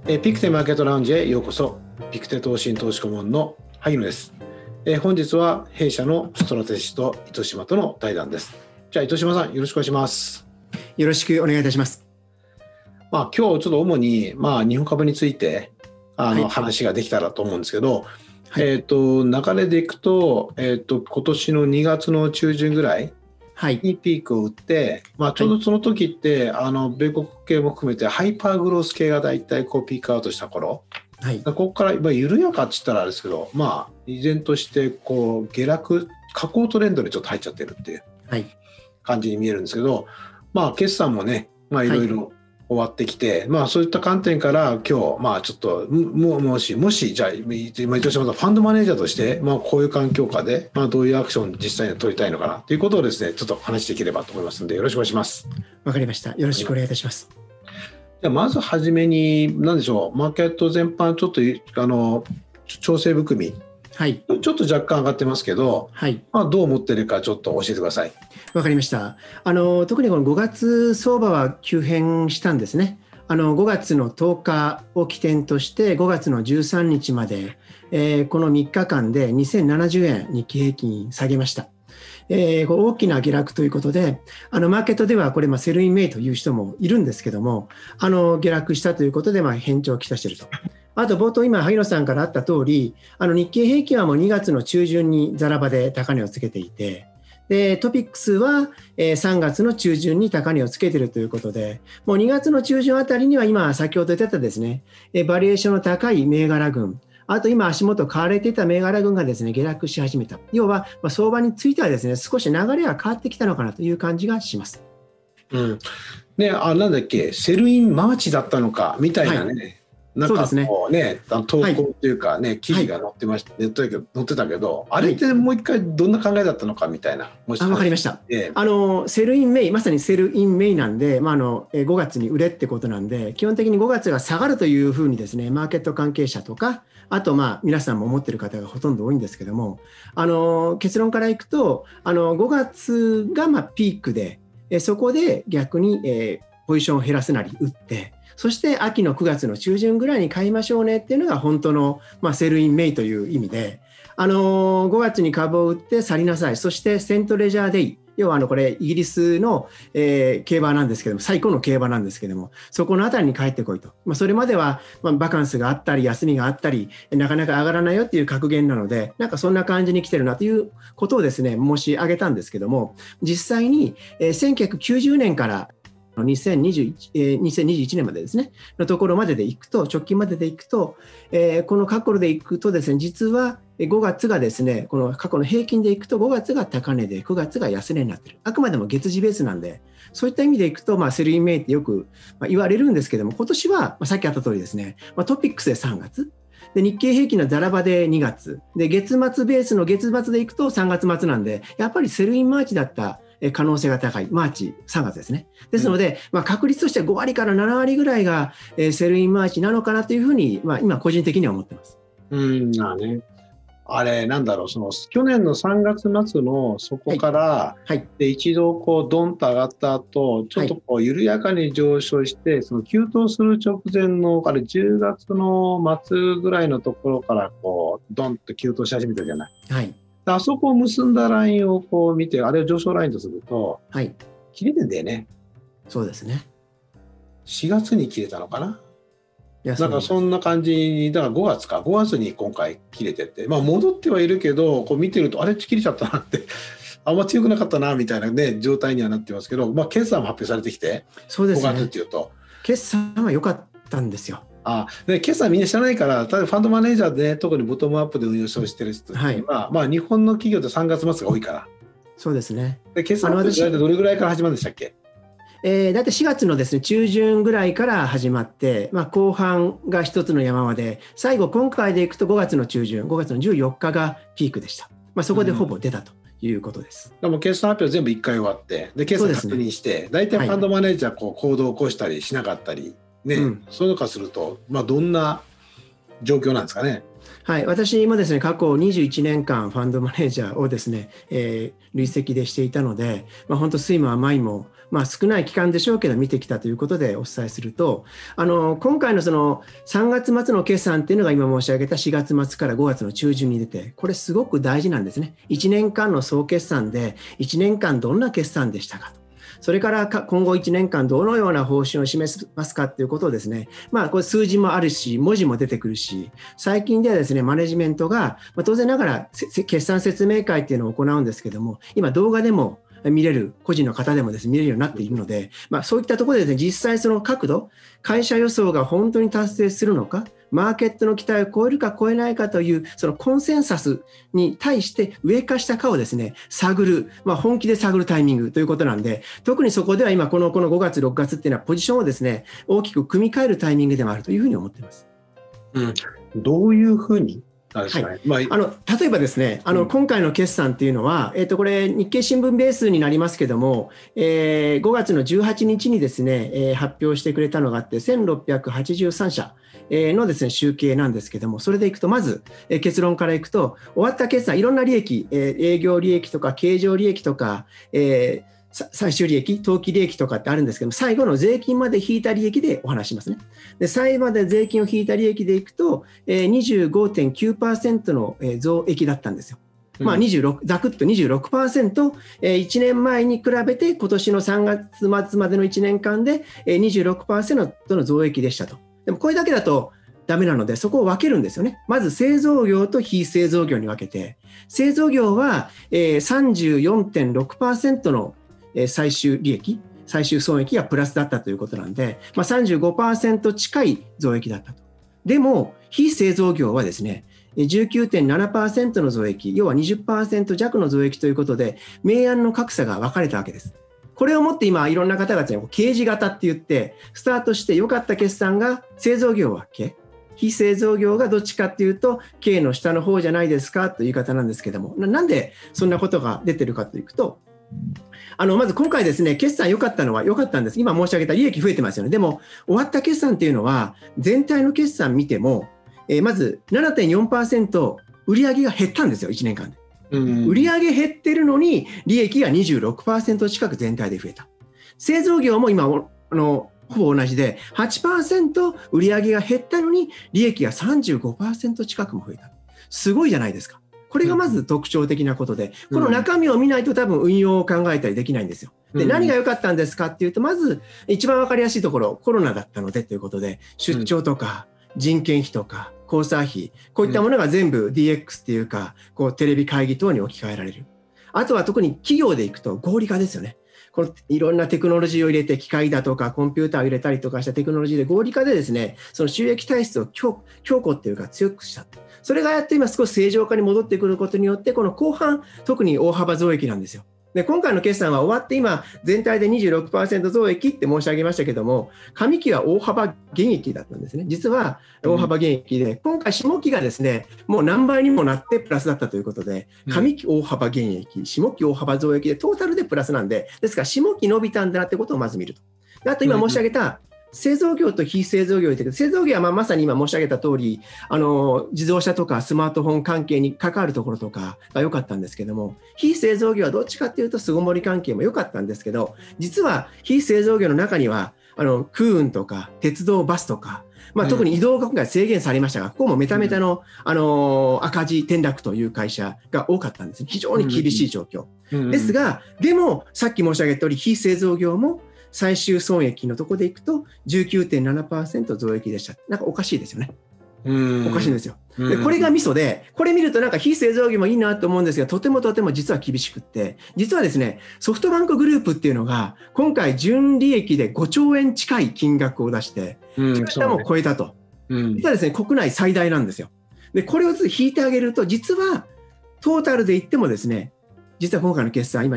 ピクテマーケットラウンジへようこそ。ピクテ投信投資顧問の萩野です。本日は弊社のストラテジスト糸島との対談です。じゃあ糸島さん、よろしくお願いします。 よろしくお願いいたします。 今日ちょっと主に、日本株について話ができたらと思うんですけど、流れでいくと、今年の2月の中旬ぐらいにピークを打って、ちょうどその時って、米国系も含めてハイパーグロース系がだいたいピークアウトした頃、ここから緩やかって言ったらあれですけど、依然として下落下降トレンドでちょっと入っちゃってるっていう感じに見えるんですけど、決算もね、いろいろ終わってきて、そういった観点から今日ちょっともしじゃあ糸島さんファンドマネージャーとして、こういう環境下で、どういうアクション実際に取りたいのかなということをですね、ちょっと話していければと思いますので、よろしくお願いします。 わかりました。よろしくお願いいたします。 じゃあまずはじめに何でしょう、マーケット全般ちょっと調整含み、ちょっと若干上がってますけど、どう思ってるかちょっと教えてください。 わかりました。特にこの5月相場は急変したんですね。5月の10日を起点として5月の13日まで、この3日間で2070円日経平均下げました。大きな下落ということで、マーケットではこれセルインメイという人もいるんですけども、下落したということで変調をきたしていると。あと冒頭今萩野さんからあった通り、日経平均はもう2月の中旬にザラ場で高値をつけていて、でトピックスは3月の中旬に高値をつけているということで、もう2月の中旬あたりには今先ほど言ったですね、バリエーションの高い銘柄群、あと今足元買われていた銘柄群がですね下落し始めた。要は相場についてはですね少し流れが変わってきたのかなという感じがします。 なんだっけ、セルインマーチだったのかみたいなね。なんか投稿というか記事が載ってました、載ってたけど、あれってもう一回どんな考えだったのかみたいな。 わかりました。セルインメイ、まさにセルインメイなんで、5月に売れってことなんで、基本的に5月が下がるというふうにですね、マーケット関係者とか、あと皆さんも思っている方がほとんど多いんですけども、結論からいくと5月がピークで、そこで逆に、ポジションを減らすなり売って、そして秋の9月の中旬ぐらいに買いましょうねっていうのが本当の、セルインメイという意味で、5月に株を売って去りなさい。そしてセントレジャーデイ、要はこれイギリスの、競馬なんですけども、最高の競馬なんですけども、そこのあたりに帰ってこいと。それまでは、バカンスがあったり休みがあったりなかなか上がらないよっていう格言なので、なんかそんな感じに来てるなということをですね申し上げたんですけども、実際に、1990年から2021年までですねのところまででいくと、直近まででいくと、この過去でいくとですね、実は5月がですね、この過去の平均でいくと5月が高値で9月が安値になっている。あくまでも月次ベースなんで、そういった意味でいくと、セルインメイってよく言われるんですけども、今年はさっきあった通りですね、トピックスで3月で、日経平均のザラ場で2月で、月末ベースの月末でいくと3月末なんで、やっぱりセルインマーチだった可能性が高い。マーチ3月ですね。ですので、確率としては5割から7割ぐらいがセルインマーチなのかなというふうに、今個人的には思ってます。 あれなんだろう、去年の3月末のそこから、で一度ドンと上がった後、ちょっと緩やかに上昇して、急騰する直前のあれ10月の末ぐらいのところからドンと急騰し始めたじゃない。あそこを結んだラインを見て、あれを上昇ラインとすると、切れてんだよね。 そうですね。 4月に切れたのかな。なんかそんな感じに、だから5月に今回切れてって、戻ってはいるけど、見てるとあれ切れちゃったなってあんま強くなかったなみたいなね状態にはなってますけど、決算も発表されてきて、 そうですね、 5月っていうと決算は良かったんですよ。 で決算みんな知らないから、ただファンドマネージャーで、特にボトムアップで運用してる人って、日本の企業って3月末が多いから。 そうですね。 で決算ってどれぐらいから始まるんでしたっけ？ だいたい4月のですね中旬ぐらいから始まって、後半が一つの山場で、最後今回でいくと5月の中旬、5月の14日がピークでした。そこでほぼ出たということです。 でも決算発表全部1回終わって、で決算確認して、大体ファンドマネージャー行動を起こしたりしなかったりそういうのからすると、どんな状況なんですかね。 私もですね過去21年間ファンドマネージャーをですね、累積でしていたので、本当酸いも甘いも少ない期間でしょうけど見てきたということでお伝えすると、今回のその3月末の決算っていうのが今申し上げた4月末から5月の中旬に出て、これすごく大事なんですね。1年間の総決算で1年間どんな決算でしたかと。それから今後1年間どのような方針を示しますかということをですね、これ数字もあるし文字も出てくるし、最近ではですねマネジメントが当然ながら決算説明会っていうのを行うんですけども、今動画でも見れる、個人の方でもですね見れるようになっているので、そういったところでですね、実際その角度、会社予想が本当に達成するのか、マーケットの期待を超えるか超えないかというそのコンセンサスに対して上か下かをですね探る、本気で探るタイミングということなんで、特にそこでは今この5月6月っていうのはポジションをですね大きく組み替えるタイミングでもあるというふうに思っています。 どういうふうにですかね。例えばですね、今回の決算っていうのは、これ日経新聞ベースになりますけども、5月の18日にですね、発表してくれたのがあって1683社のですね集計なんですけども、それでいくとまず結論からいくと、終わった決算いろんな利益、営業利益とか経常利益とか、最終利益、当期利益とかってあるんですけども、最後の税金まで引いた利益でお話しますね。で、最後まで税金を引いた利益でいくと、25.9% の増益だったんですよ。ざくっと 26%、1年前に比べて今年の3月末までの1年間で 26% の増益でしたと。でもこれだけだとダメなので、そこを分けるんですよね。まず製造業と非製造業に分けて、製造業は 34.6% の最終利益、最終損益がプラスだったということなんで、35% 近い増益だったと。でも非製造業はですね 19.7% の増益、要は 20% 弱の増益ということで、明暗の格差が分かれたわけです。これをもって今いろんな方がですね、掲示型って言ってスタートして良かった決算が製造業はK、非製造業がどっちかっていうと K の下の方じゃないですかという言い方なんですけども、なんでそんなことが出てるかというと、まず今回ですね、決算良かったのは良かったんです。今申し上げた利益増えてますよね。でも終わった決算っていうのは全体の決算見ても、まず 7.4% 売上が減ったんですよ、1年間で。売上減ってるのに利益が 26% 近く全体で増えた。製造業も今ほぼ同じで 8% 売上が減ったのに利益が 35% 近くも増えた。すごいじゃないですか。これがまず特徴的なことで、この中身を見ないと多分運用を考えたりできないんですよ。で、何が良かったんですかっていうと、まず一番分かりやすいところ、コロナだったのでということで、出張とか人件費とか交際費、こういったものが全部 DX っていうか、テレビ会議等に置き換えられる。あとは特に企業でいくと合理化ですよね。このいろんなテクノロジーを入れて、機械だとかコンピューターを入れたりとかしたテクノロジーで合理化でですね、その収益体質を強固っていうか強くした。それがやって今少し正常化に戻ってくることによって、この後半特に大幅増益なんですよ。で、今回の決算は終わって今全体で 26% 増益って申し上げましたけども、上期は大幅減益だったんですね。実は大幅減益で、今回下期がですねもう何倍にもなってプラスだったということで、上期大幅減益、下期大幅増益でトータルでプラスなんで、ですから下期伸びたんだなってことをまず見ると。あと今申し上げた製造業と非製造業で、製造業はまさに今申し上げた通り、自動車とかスマートフォン関係に関わるところとかが良かったんですけども、非製造業はどっちかっていうと巣ごもり関係も良かったんですけど、実は非製造業の中には空運とか鉄道バスとか、特に移動が今回制限されましたが、ここもメタメタの、赤字転落という会社が多かったんですね。非常に厳しい状況、ですが、でもさっき申し上げた通り、非製造業も最終損益のところでいくと 19.7% 増益でした。なんかおかしいですよね。おかしいんですよ。で、これがミソで、これ見るとなんか非製造業もいいなと思うんですが、とても実は厳しくって、実はですね、ソフトバンクグループっていうのが今回純利益で5兆円近い金額を出して、それも超えたと。実はですね、国内最大なんですよ。で、これを引いてあげると、実はトータルで言ってもですね、実は今回の決算、今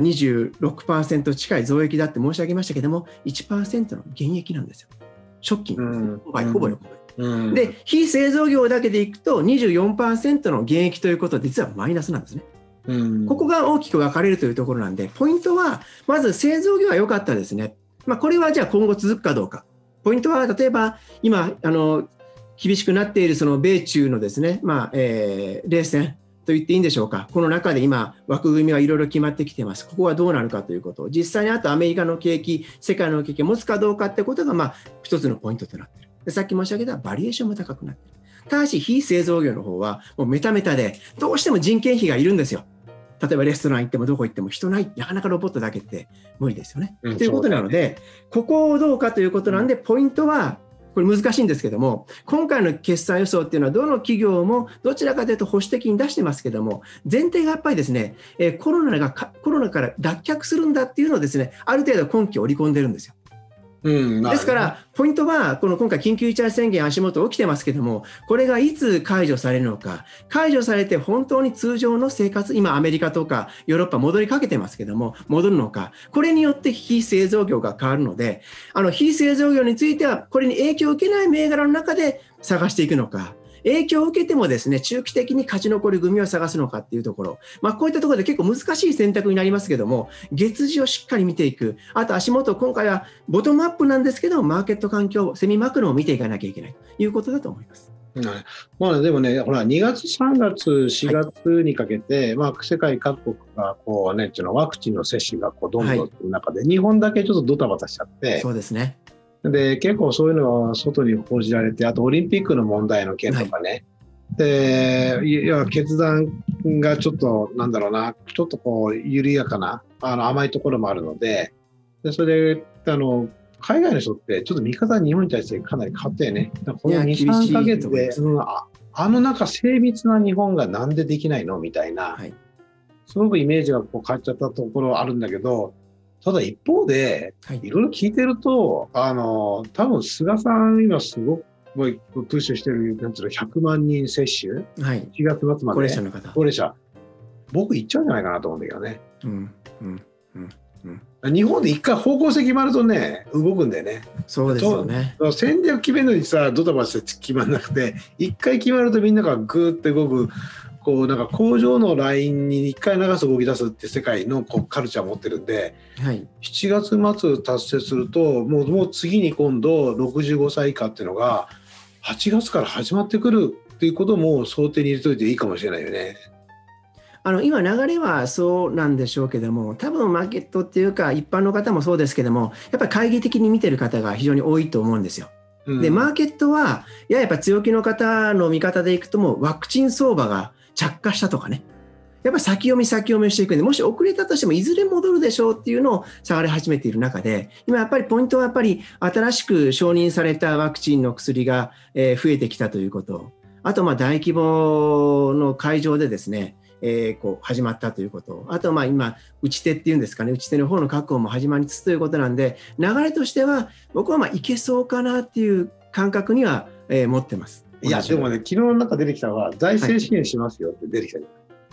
26% 近い増益だって申し上げましたけども、1% の減益なんですよ。ショッキングですね。ほぼ横ばい。で、非製造業だけでいくと 24% の減益ということで、実はマイナスなんですね。ここが大きく分かれるというところなんで、ポイントは、まず製造業は良かったですね。これはじゃあ今後続くかどうか。ポイントは、例えば今、厳しくなっているその米中のですね、冷戦と言っていいんでしょうか。この中で今枠組みはいろいろ決まってきています。ここはどうなるかということを実際にあとアメリカの景気、世界の景気を持つかどうかってことが一つのポイントとなっている。でさっき申し上げたバリエーションも高くなっている。ただし非製造業の方はもうメタメタでどうしても人件費がいるんですよ。例えばレストラン行ってもどこ行っても人ない、なかなかロボットだけって無理ですよね。ということなので、ここをどうかということなんで、ポイントはこれ難しいんですけども、今回の決算予想っていうのはどの企業もどちらかというと保守的に出してますけども、前提がやっぱりですね、コロナから脱却するんだっていうのをですね、ある程度根拠を織り込んでるんですよ。ですからポイントは今回緊急事態宣言足元起きてますけども、これがいつ解除されるのか、解除されて本当に通常の生活、今アメリカとかヨーロッパ戻りかけてますけども戻るのか、これによって非製造業が変わるので、非製造業についてはこれに影響を受けない銘柄の中で探していくのか、影響を受けてもですね、中期的に勝ち残り組を探すのかっていうところ、こういったところで結構難しい選択になりますけども、月次をしっかり見ていく、あと足元、今回はボトムアップなんですけど、マーケット環境、セミマクロを見ていかなきゃいけないということだと思います。 でもね、ほら2月、3月、4月にかけて、世界各国がワクチンの接種がどんどんする中で、日本だけちょっとドタバタしちゃって、 そうですね。 で結構そういうのは外に報じられて、あとオリンピックの問題の件とかね、で決断がちょっとちょっと緩やかな甘いところもあるので、それで海外の人ってちょっと見方が日本に対してかなり変わったよね。この 2,3 ヶ月で、精密な日本がなんでできないのみたいな、すごくイメージが変わっちゃったところあるんだけど、ただ一方で、いろいろ聞いてると、多分菅さん今すごくプッシュしてる100万人接種、4月末まで、高齢者、僕行っちゃうんじゃないかなと思うんだけどね。日本で一回方向性決まるとね、動くんだよね。 そうですよね。 戦略決めるのにさ、ドタバタして決まらなくて、一回決まるとみんながグーって動く。工場のラインに一回流す動き出すって世界のカルチャーを持ってるんで、7月末達成するともう次に今度65歳以下っていうのが8月から始まってくるっていうことも想定に入れといていいかもしれないよね。 今流れはそうなんでしょうけども、多分マーケットっていうか一般の方もそうですけども、やっぱり懐疑的に見てる方が非常に多いと思うんですよ。でマーケットはやっぱ強気の方の見方でいくと、もうワクチン相場が着火したとかね、やっぱり先読みしていくんで、もし遅れたとしてもいずれ戻るでしょうっていうのを探り始めている中で、今やっぱりポイントはやっぱり新しく承認されたワクチンの薬が増えてきたということ、あと大規模の会場でですね、始まったということ、あと今打ち手っていうんですかね、打ち手の方の確保も始まりつつということなんで、流れとしては僕はいけそうかなっていう感覚には持ってます。 いやでもね、昨日の中出てきたのは財政支援しますよって出てきた、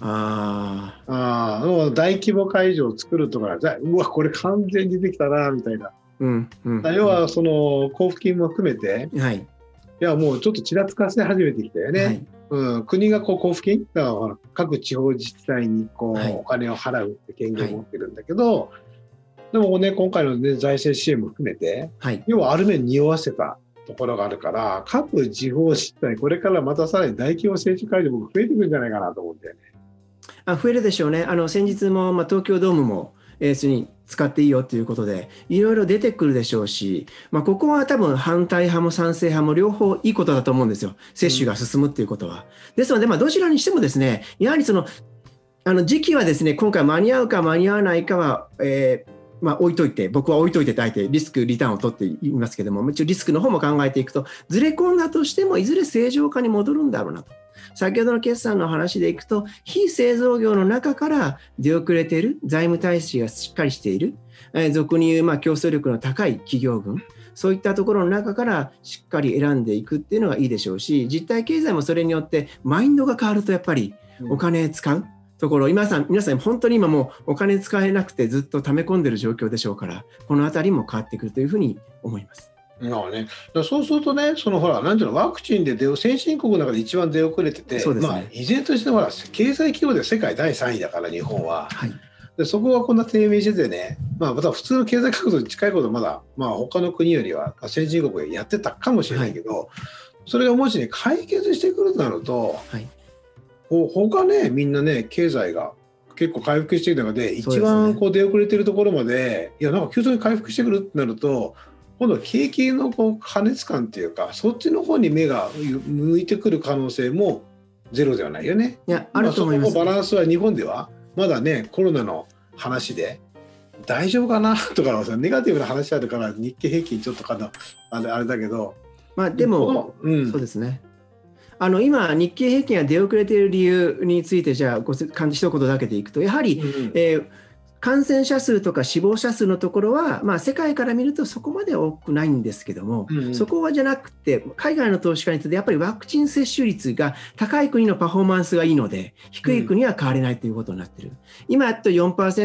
大規模会場を作るとか、うわこれ完全に出てきたなみたいな、要はその交付金も含めて、いやもうちょっとちらつかせ始めてきたよね。国が交付金だから各地方自治体にお金を払うって権限を持ってるんだけど、でもね今回の、財政支援も含めて、要はある面匂わせたところがあるから、各地方自治体これからまたさらに大規模接種会場も増えてくるんじゃないかなと思うんだよね。 増えるでしょうね。先日も、東京ドームもに使っていいよということでいろいろ出てくるでしょうし、ここは多分反対派も賛成派も両方いいことだと思うんですよ、接種が進むということは。ですので、どちらにしてもですね、やはりその時期はですね、今回間に合うか間に合わないかは、置いといて、僕は置いといて大体リスクリターンを取っていますけども、一応リスクの方も考えていくと、ずれ込んだとしてもいずれ正常化に戻るんだろうなと。先ほどの決算の話でいくと、非製造業の中から出遅れている財務体制がしっかりしている、俗に言う競争力の高い企業群、そういったところの中からしっかり選んでいくっていうのがいいでしょうし、実体経済もそれによってマインドが変わると、やっぱりお金使うところ、皆さん本当に今もうお金使えなくてずっと溜め込んでる状況でしょうから、このあたりも変わってくるというふうに思います。 そうするとね、なんていうの、ワクチンで先進国の中で一番出遅れてて、依然として経済規模で世界第3位だから日本は、でそこがこんな低迷しててね、また普通の経済活動に近いことまだ、他の国よりは先進国でやってたかもしれないけど、それがもしね解決してくるとなると、 他ね、みんなね、経済が結構回復している中で、一番こう出遅れてるところまで、いや、なんか急速に回復してくるってなると、今度は景気のこう過熱感っていうか、そっちの方に目が向いてくる可能性もゼロではないよね。 いや、あると思います。 そこのバランスは日本ではまだね、コロナの話で大丈夫かなとかネガティブな話あるから日経平均ちょっとあれだけど、 まあでも、そうですね。今、日経平均が出遅れている理由について、じゃあ一言だけでいくと、やはり、感染者数とか死亡者数のところは、まあ、世界から見るとそこまで多くないんですけども、そこはじゃなくて、海外の投資家にとってやっぱりワクチン接種率が高い国のパフォーマンスがいいので、低い国は変われないということになっている。今やっと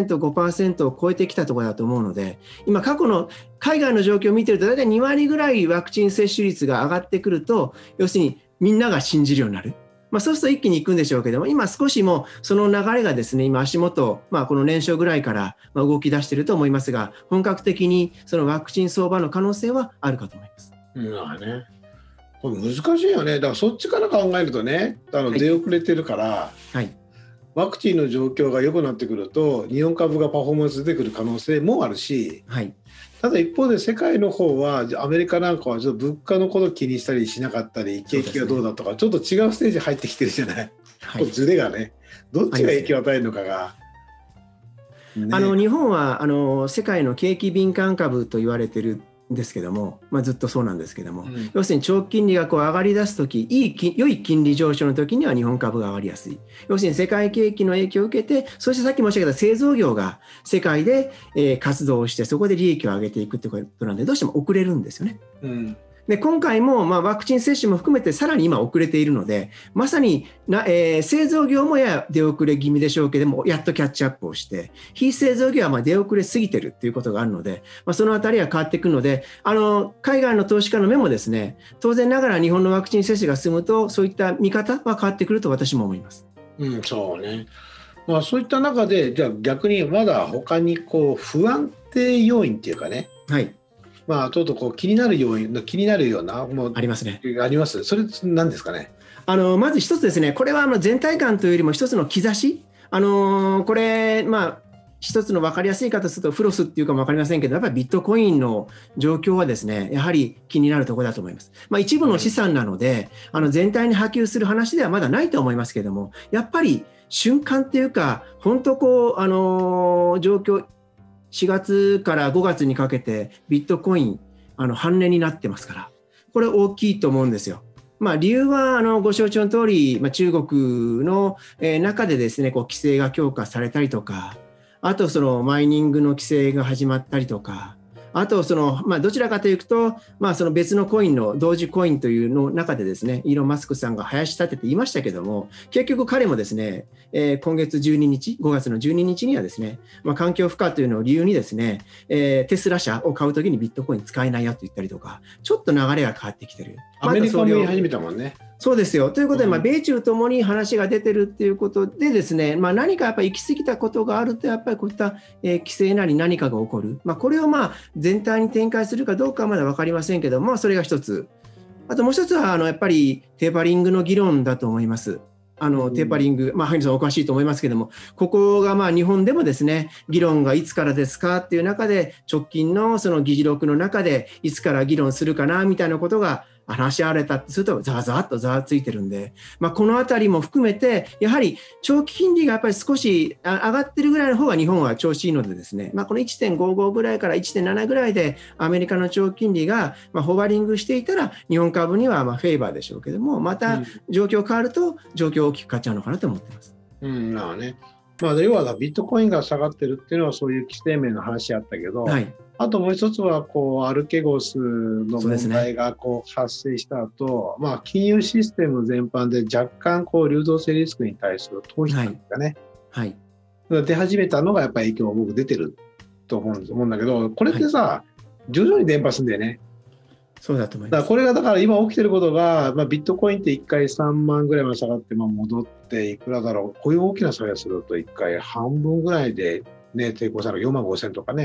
4%、5% を超えてきたところだと思うので、今過去の海外の状況を見ていると、大体2割ぐらいワクチン接種率が上がってくると、要するにみんなが信じるようになる。そうすると一気に行くんでしょうけども、今少しもその流れがですね、今足元、この年初ぐらいから動き出していると思いますが、本格的にそのワクチン相場の可能性はあるかと思います。 これ難しいよね。だからそっちから考えるとね、出遅れてるから、ワクチンの状況が良くなってくると、日本株がパフォーマンス出てくる可能性もあるし、ただ一方で世界の方はアメリカなんかはちょっと物価のことを気にしたりしなかったり、景気がどうだとかちょっと違うステージ入ってきてるじゃない。ズレがね、どっちが影響を与えるのかが、 日本は世界の景気敏感株と言われてるんですけども、ずっとそうなんですけども、要するに長期金利が上がり出すとき、良い金利上昇のときには日本株が上がりやすい。要するに世界景気の影響を受けて、そしてさっき申し上げた製造業が世界で活動をして、そこで利益を上げていくということなんで、どうしても遅れるんですよね。で今回もワクチン接種も含めてさらに今遅れているので、まさに製造業もや出遅れ気味でしょうけれども、やっとキャッチアップをして、非製造業は出遅れすぎてるということがあるので、そのあたりは変わってくるので、海外の投資家の目もですね、当然ながら日本のワクチン接種が進むと、そういった見方は変わってくると私も思います。 そうね。そういった中で、じゃあ逆にまだ他にこう不安定要因っていうかね、ちょっとこう気になるようなありますね。 あります。それ何ですかね。 まず一つですね、これは全体感というよりも一つの兆し、これ一つの分かりやすい形するとフロスっていうかも分かりませんけど、やっぱりビットコインの状況はですね、やはり気になるところだと思います。一部の資産なので、全体に波及する話ではまだないと思いますけれども、やっぱり瞬間っていうか、本当こう状況、4月から5月にかけてビットコイン半値になってますから、これ大きいと思うんですよ。理由はご承知の通り、中国の中でですね、規制が強化されたりとか、あとそのマイニングの規制が始まったりとか、あとどちらかというと、その別のコインの同時コインというの中でですね、イーロン・マスクさんが林立てて言いましたけども、結局彼もですね、今月12日、5月の12日にはですね、環境負荷というのを理由にですね、テスラ車を買うときにビットコイン使えないよと言ったりとか、ちょっと流れが変わってきてる。 アメリカも言い始めたもんね。 そうですよ。ということで、米中ともに話が出てるっていうことでですね、何かやっぱり行き過ぎたことがあると、やっぱりこういった、規制なり何かが起こる。これを全体に展開するかどうかはまだ分かりませんけども、それが一つ。あともう一つはやっぱりテーパリングの議論だと思います。テーパリング、萩野さんお詳しいと思いますけども、ここが日本でもですね、議論がいつからですかっていう中で、直近のその議事録の中でいつから議論するかなみたいなことが話し合われたとするとざわついてるんで、このあたりも含めてやはり長期金利がやっぱり少し上がってるぐらいの方が日本は調子いいのでですね、この 1.55 ぐらいから 1.7 ぐらいでアメリカの長期金利がホバリングしていたら日本株にはフェイバーでしょうけども、また状況変わると状況大きく変わっちゃうのかなと思ってます。 要はビットコインが下がってるっていうのはそういう規制面の話あったけど、あともう一つはアルケゴスの問題が発生した後、金融システム全般で若干流動性リスクに対する逃避感がね、出始めたのがやっぱり影響が僕出てると思うんだけど、これってさ、徐々に伝播するんだよね。 そうだと思います。 これがだから今起きてることが、ビットコインって1回3万ぐらいまで下がって戻っていくらだろう、こういう大きな差がすると1回半分ぐらいで、抵抗したら4万5千とかね、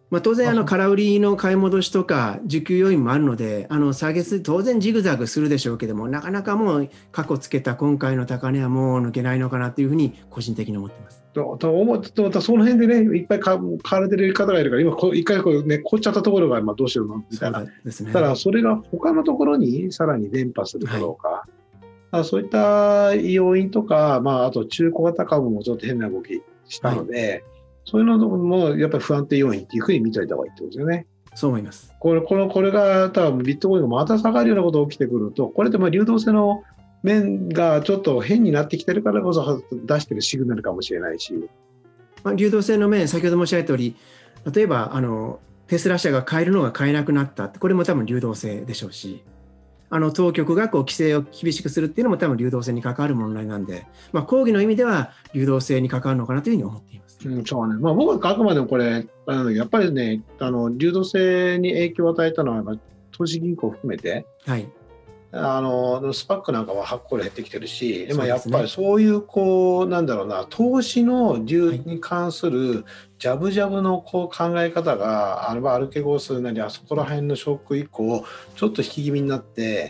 当然空売りの買い戻しとか需給要因もあるので下げす当然ジグザグするでしょうけども、なかなかもう過去つけた今回の高値はもう抜けないのかなというふうに個人的に思ってます。 と思ってその辺でねいっぱい買われてる方がいるから今一回ね凍っちゃったところがどうしようのみたいな。 ですね。 ただそれが他のところにさらに伝播するかどうか、そういった要因とか、あと中古型株もちょっと変な動きしたので、そういうのもやっぱり不安定要因っていうふうに見ておいた方がいいってことですよね。 そう思います。 これが多分ビットコインがまた下がるようなことが起きてくると、これで流動性の面がちょっと変になってきてるからこそ出してるシグナルかもしれないし、 流動性の面、先ほど申し上げた通り、例えばテスラ社が買えるのが買えなくなった、これも多分流動性でしょうし、当局が規制を厳しくするっていうのも多分流動性に関わる問題なんで、抗議の意味では流動性に関わるのかなというふうに思っています。 そうね。僕はあくまでもこれやっぱりね流動性に影響を与えたのは投資銀行を含めて、スパックなんかは発行量減ってきてるし、でもやっぱりそういう投資のに関するジャブジャブの考え方がアルケゴスなりあそこら辺のショック以降ちょっと引き気味になって、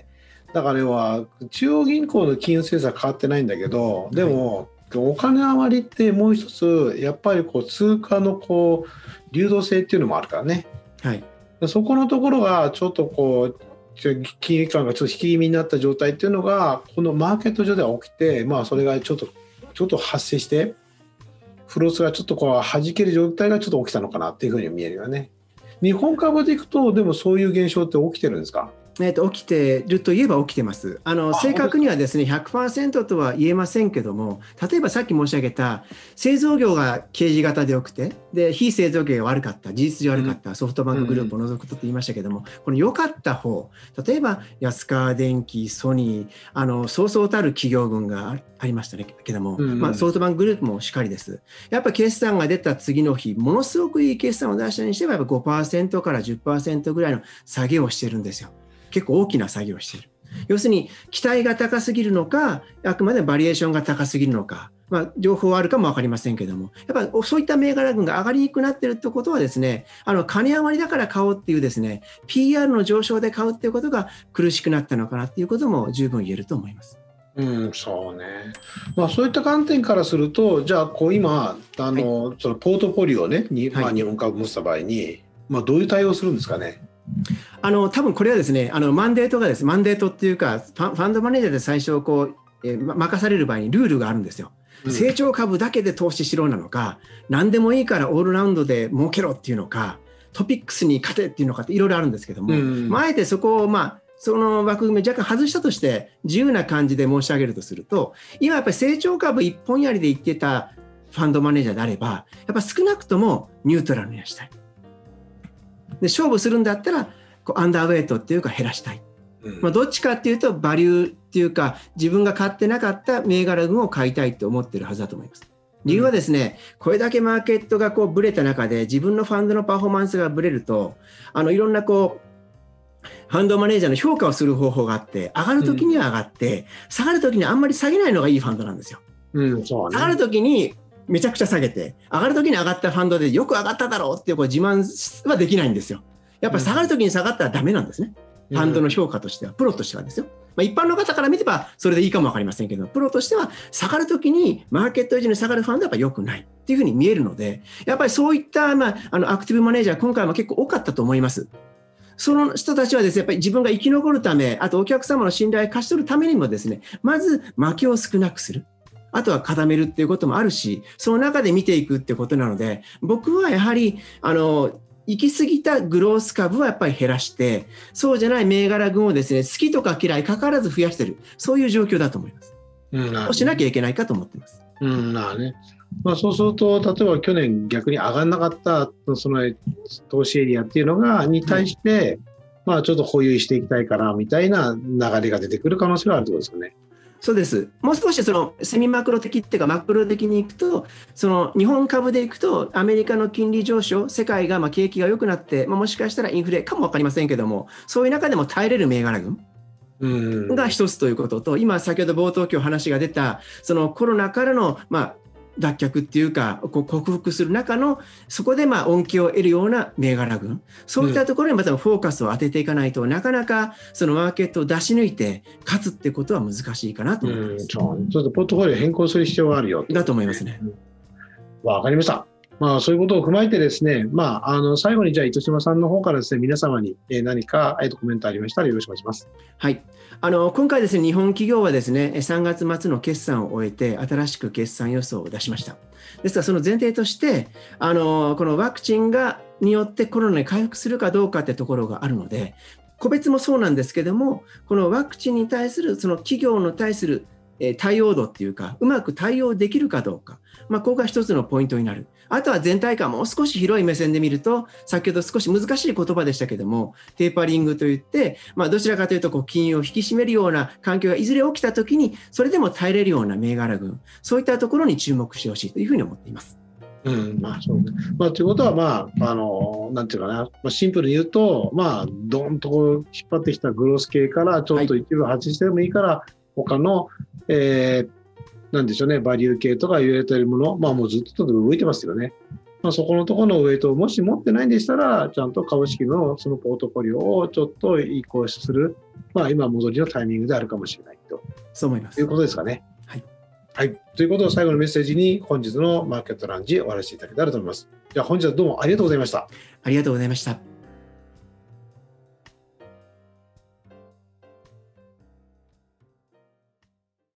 だから要は中央銀行の金融政策変わってないんだけど、でも、お金余りってもう一つやっぱり通貨の流動性っていうのもあるからね、そこのところがちょっと金融機関がちょっと引き気味になった状態っていうのがこのマーケット上では起きて、それがちょっと発生してフロスがちょっと弾ける状態がちょっと起きたのかなっていうふうに見えるよね。日本株でいくとでもそういう現象って起きてるんですか？ 起きているといえば起きてます。正確にはですね 100% とは言えませんけども、例えばさっき申し上げた製造業がK字型で良くて、で非製造業が悪かった、事実上悪かったソフトバンクグループを除くと言いましたけども、この良かった方、例えば安川電機、ソニー、そうそうたる企業群がありましたけども、ソフトバンクグループもしっかりです。やっぱ決算が出た次の日、ものすごくいい決算を出したにしてはやっぱ 5% から 10% ぐらいの下げをしてるんですよ。結構大きな作業をしている。要するに期待が高すぎるのか、あくまでバリエーションが高すぎるのか、両方あるかも分かりませんけども、やっぱそういった銘柄群が上がりにくくなっているということはですね、金余りだから買おうっていうですね、PR の上昇で買うっていうことが苦しくなったのかなっていうことも十分言えると思います。 そうね。そういった観点からすると、じゃあ今そのポートフォリオをね、日本株持った場合に、どういう対応するんですかね。 多分これはですね、マンデートっていうか、ファンドマネージャーで最初任される場合にルールがあるんですよ。成長株だけで投資しろなのか、何でもいいからオールラウンドで儲けろっていうのか、トピックスに勝てっていうのかっていろいろあるんですけども、あえてそこをその枠組みを若干外したとして自由な感じで申し上げるとすると、今やっぱり成長株一本やりで言ってたファンドマネージャーであれば、やっぱ少なくともニュートラルにしたい。で勝負するんだったらアンダーウェイトっていうか減らしたい、どっちかっていうとバリューっていうか自分が買ってなかった銘柄群を買いたいと思ってるはずだと思います。理由はですね、これだけマーケットがブレた中で自分のファンドのパフォーマンスがブレるといろんなファンドマネージャーの評価をする方法があって、上がるときには上がって、下がるときにはあんまり下げないのがいいファンドなんですよ。下がるときにめちゃくちゃ下げて、上がるときに上がったファンドでよく上がっただろうっていう自慢はできないんですよ。やっぱり下がるときに下がったらダメなんですね。ファンドの評価としては、プロとしてはですよ。一般の方から見ればそれでいいかもわかりませんけど、プロとしては下がるときにマーケット以上に下がるファンドはやっぱ良くないっていうふうに見えるので、やっぱりそういったアクティブマネージャー今回も結構多かったと思います。その人たちはですね、やっぱり自分が生き残るため、あとお客様の信頼を勝ち取るためにもですね、まず負けを少なくする。あとは固めるっていうこともあるし、その中で見ていくってことなので、僕はやはり行き過ぎたグロース株はやっぱり減らして、そうじゃない銘柄群をですね、好きとか嫌いかかわらず増やしている、そういう状況だと思います。そうしなきゃいけないかと思っています。 そうすると、例えば去年逆に上がらなかったその投資エリアっていうのに対して、ちょっと保有していきたいからみたいな流れが出てくる可能性があるということですよね。 そうです。もう少しセミマクロ的っていうかマクロ的にいくと、日本株でいくとアメリカの金利上昇、世界が景気が良くなって、もしかしたらインフレかも分かりませんけども、そういう中でも耐えれる銘柄群が一つということと、今先ほど冒頭今日話が出たコロナからの脱却っていうか克服する中のそこで恩恵を得るような銘柄群、そういったところにまたフォーカスを当てていかないと、なかなかそのマーケットを出し抜いて勝つってことは難しいかなと思います。 ちょっとポートフォリオ変更する必要があるよだと思いますね。 わかりました。そういうことを踏まえてですね、最後にじゃあ糸島さんの方からですね、皆様に何かコメントありましたらよろしくお願いします。 はい。今回ですね、日本企業はですね、3月末の決算を終えて、新しく決算予想を出しました。ですから、その前提として、このワクチンによってコロナに回復するかどうかってところがあるので、個別もそうなんですけども、このワクチンに対する、その企業に対する対応度っていうか、うまく対応できるかどうか、ここが一つのポイントになる。あとは全体感もう少し広い目線で見ると、先ほど少し難しい言葉でしたけども、テーパリングといって、どちらかというと金融を引き締めるような環境がいずれ起きたときに、それでも耐えれるような銘柄群、そういったところに注目してほしいというふうに思っています。 そうということは、なんていうかな、シンプルに言うと、ドンと引っ張ってきたグロス系からちょっと一部外してもいいから、他の、なんでしょうね、バリュー系とか言われているもの、もうずっと動いてますよね。そこのところのウェイトをもし持ってないんでしたら、ちゃんと株式のそのポートフォリオをちょっと移行する、今戻りのタイミングであるかもしれないと。 そう思います。 いうことですかね。はい。ということで、最後のメッセージに本日のマーケットランジ終わらせていただけたらと思います。じゃあ本日はどうもありがとうございました。 ありがとうございました。